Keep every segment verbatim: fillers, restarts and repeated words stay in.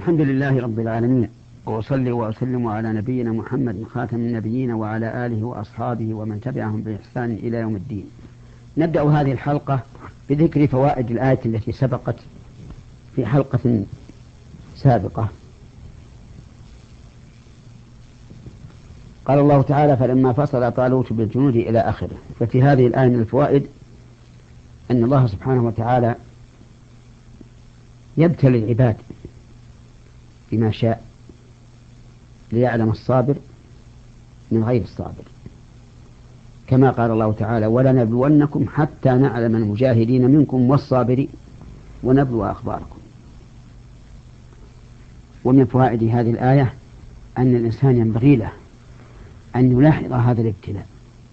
الحمد لله رب العالمين، وأصلي وأسلم على نبينا محمد خاتم النبيين وعلى آله وأصحابه ومن تبعهم بإحسان إلى يوم الدين. نبدأ هذه الحلقة بذكر فوائد الآية التي سبقت في حلقة سابقة. قال الله تعالى: فلما فصل طالوت بالجنود إلى آخره. ففي هذه الآية من الفوائد أن الله سبحانه وتعالى يبتلي العباد بما شاء ليعلم الصابر من غير الصابر، كما قال الله تعالى: ولنبلونكم حتى نعلم المجاهدين منكم والصابرين ونبلو أخباركم. ومن فوائد هذه الآية أن الإنسان ينبغي له أن يلاحظ هذا الابتلاء،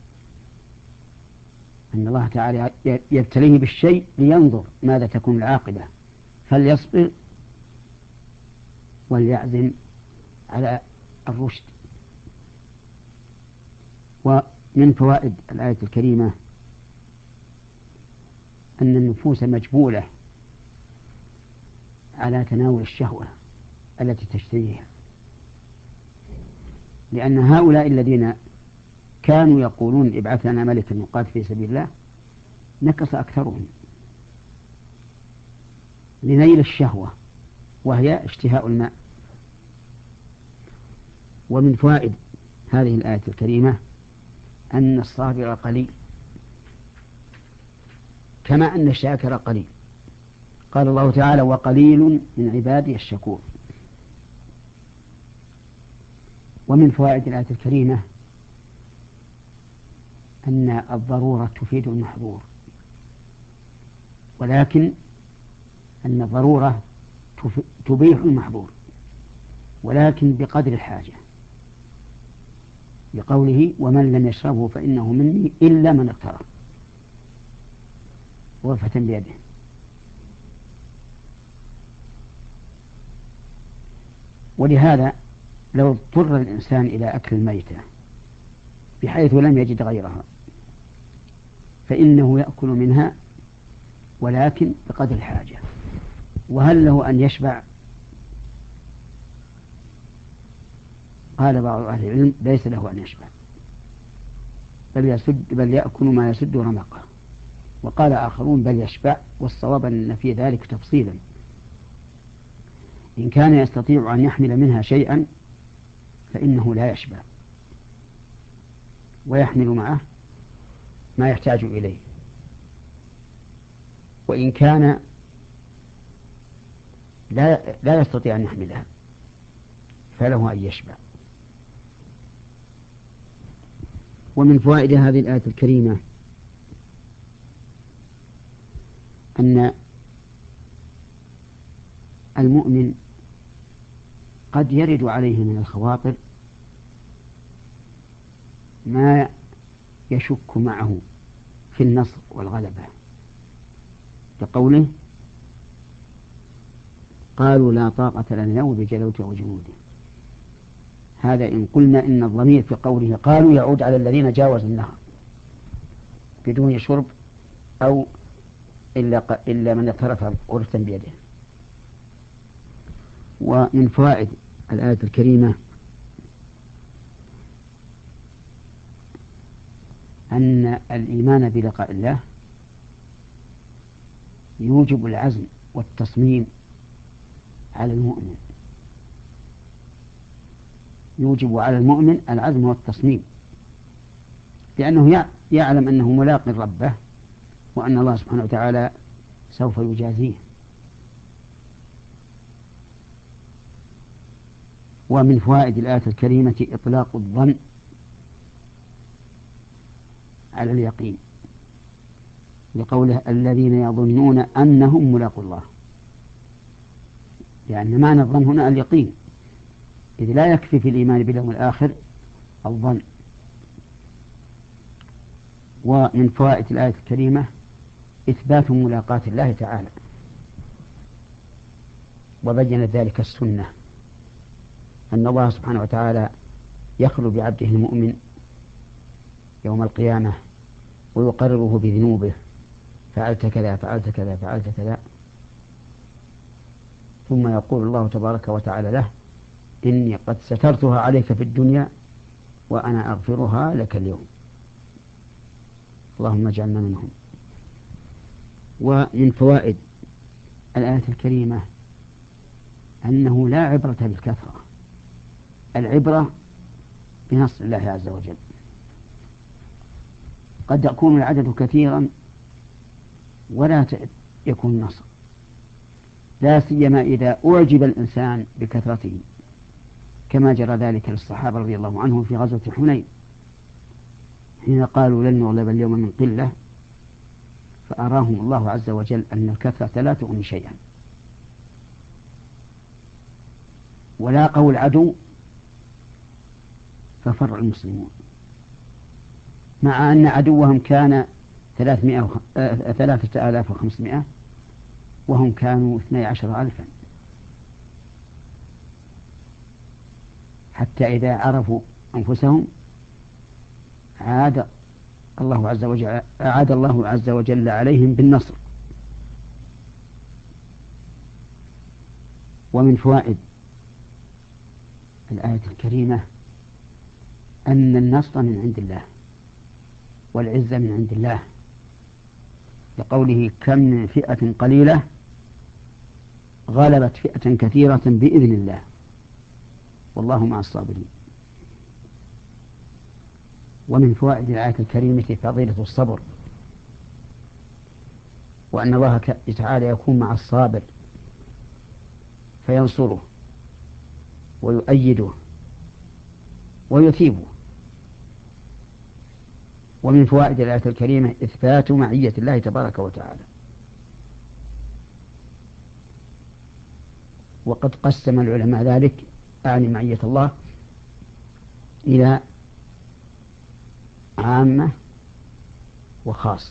أن الله تعالى يبتليه بالشيء لينظر ماذا تكون العاقبة، فليصبر وليعزم على الرشد. ومن فوائد الآية الكريمة أن النفوس مجبولة على تناول الشهوة التي تشتهيها، لأن هؤلاء الذين كانوا يقولون ابعث لنا ملكا يقاتل في سبيل الله نكص أكثرهم لنيل الشهوة وهي اشتهاء الماء. ومن فوائد هذه الآية الكريمة أن الصابر قليل كما أن الشاكر قليل. قال الله تعالى: وقليل من عبادي الشكور. ومن فوائد الآية الكريمة أن الضرورة تفيد المحظور، ولكن أن الضرورة تبيح المحظور ولكن بقدر الحاجة، لقوله: ومن لم يشربه فإنه مني إلا من اغترف غرفة بيده. ولهذا لو اضطر الإنسان إلى أكل الميتة بحيث لم يجد غيرها فإنه يأكل منها ولكن بقدر الحاجة. وهل له أن يشبع؟ قال بعض أهل العلم: ليس له أن يشبع، بل, يسد بل يأكل ما يسد رمقه. وقال آخرون: بل يشبع، والصواب أن في ذلك تفصيلا. إن كان يستطيع أن يحمل منها شيئا فإنه لا يشبع ويحمل معه ما يحتاج إليه، وإن كان لا, لا يستطيع أن يحملها فله أن يشبع. ومن فوائد هذه الآية الكريمة أن المؤمن قد يرد عليه من الخواطر ما يشك معه في النصر والغلبة، كقوله: قالوا لا طاقة لنا اليوم بجالوت وجنوده. هذا إن قلنا إن الضمير في قوله قالوا يعود على الذين جاوزوا النهر بدون شرب أو إلا, إلا من اغترف غرفة بيده. ومن فوائد الآية الكريمة أن الإيمان بلقاء الله يوجب العزم والتصميم على المؤمن، يوجب على المؤمن العزم والتصميم، لأنه يعلم أنه ملاق ربه وأن الله سبحانه وتعالى سوف يجازيه. ومن فوائد الآية الكريمة إطلاق الظن على اليقين، لقوله: الذين يظنون أنهم ملاقوا الله، لأن معنى الظن هنا اليقين، إذ لا يكفي في الإيمان باليوم الآخر الظن. ومن فوائد الآية الكريمة إثبات ملاقاة الله تعالى، وبينت ذلك السنة، أن الله سبحانه وتعالى يخلو بعبده المؤمن يوم القيامة ويقرره بذنوبه: فعلت كذا فعلت كذا فعلت كذا، ثم يقول الله تبارك وتعالى له: إني قد سترتها عليك في الدنيا وأنا أغفرها لك اليوم. اللهم اجعلنا منهم. ومن فوائد الآية الكريمة أنه لا عبرة بالكثرة، العبرة بنصر الله عز وجل. قد يكون العدد كثيرا ولا يكون نصر، لا سيما إذا أعجب الإنسان بكثرته، كما جرى ذلك للصحابة رضي الله عنهم في غزوة حنين حين قالوا لن نغلب اليوم من قلة، فأراهم الله عز وجل أن الكثرة لا تغني شيئا. ولاقوا العدو ففر المسلمون، مع أن عدوهم كان ثلاثة آلاف وخمسمائة وهم كانوا اثني عشر ألفا، حتى إذا عرفوا أنفسهم عاد الله عز وجل أعاد الله عز وجل عليهم بالنصر. ومن فوائد الآية الكريمة أن النصر من عند الله والعزة من عند الله، لقوله: كم من فئة قليلة غلبت فئة كثيرة بإذن الله والله مع الصابرين. ومن فوائد الآية الكريمة فضيلة الصبر، وأن الله تعالى يكون مع الصابر فينصره ويؤيده ويثيبه. ومن فوائد الآية الكريمة إثبات معية الله تبارك وتعالى. وقد قسم العلماء ذلك، أعني معية الله، إلى عامة وخاصة.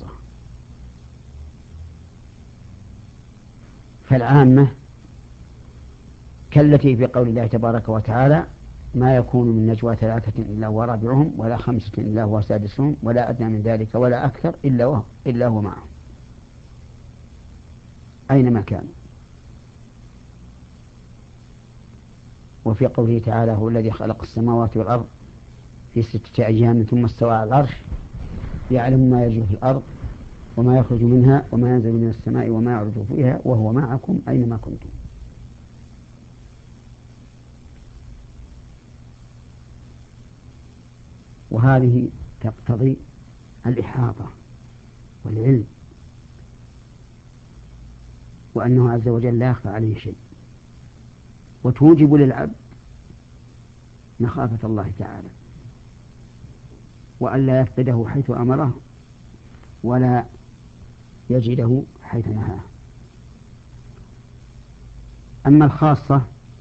فالعامة كالتي في قول الله تبارك وتعالى: ما يكون من نجوى ثلاثة إلا هو رابعهم ولا خمسة إلا هو سادسهم ولا أدنى من ذلك ولا أكثر إلا هو, إلا هو معهم أينما كانوا. وفي قوله تعالى: هو الذي خلق السماوات والأرض في ستة أيام ثم استوى على العرش يعلم ما يجري في الأرض وما يخرج منها وما ينزل من السماء وما يعرج فيها وهو معكم أينما كنتم. وهذه تقتضي الإحاطة والعلم، وأنه عز وجل لا يخفى عليه شيء، وتوجب للعبد مخافة الله تعالى وأن لا يفقده حيث أمره ولا يجده حيث نهاه. أما الخاصة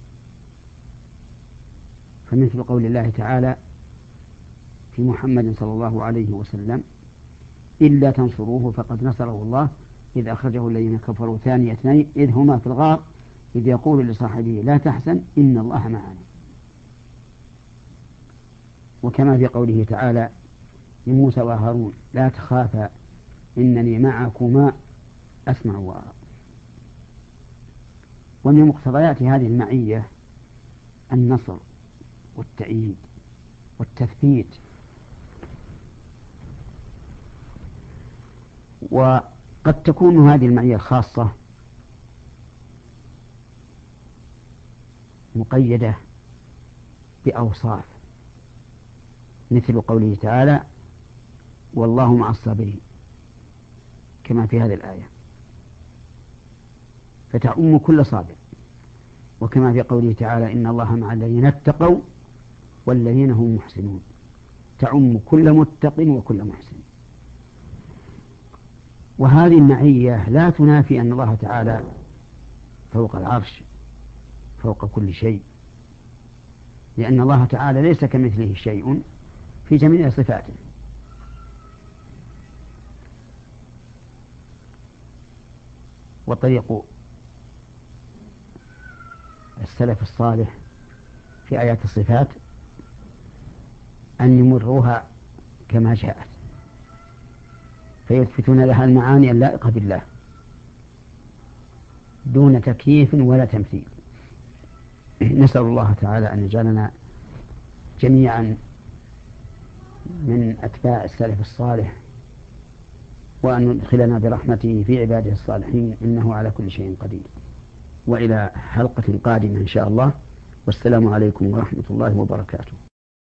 فمثل قول الله تعالى في محمد صلى الله عليه وسلم: إلا تنصروه فقد نصره الله إذ أخرجه الذين كفروا ثاني اثنين إذ هما في الغار إذ يقول لصاحبه لا تحزن إن الله معنا. وكما في قوله تعالى لموسى وهارون: لا تخافا إنني معكما أسمع وأرى. ومن مقتضيات هذه المعية النصر والتأييد والتثبيت. وقد تكون هذه المعية الخاصة مقيدة بأوصاف، مثل قوله تعالى: والله مع الصابرين، كما في هذه الآية، فتعم كل صابر. وكما في قوله تعالى: إن الله مع الذين اتقوا والذين هم محسنون، تعم كل متق وكل محسن. وهذه المعية لا تنافي أن الله تعالى فوق العرش فوق كل شيء، لأن الله تعالى ليس كمثله شيء في جميع صفاته. وطريق السلف الصالح في آيات الصفات أن يمروها كما جاءت فيثبتون لها المعاني اللائقة بالله، دون تكييف ولا تمثيل. نسأل الله تعالى أن يجعلنا جميعا من أتباع السلف الصالح، وأن يدخلنا برحمته في عباده الصالحين، إنه على كل شيء قدير. وإلى حلقة قادمة إن شاء الله، والسلام عليكم ورحمة الله وبركاته.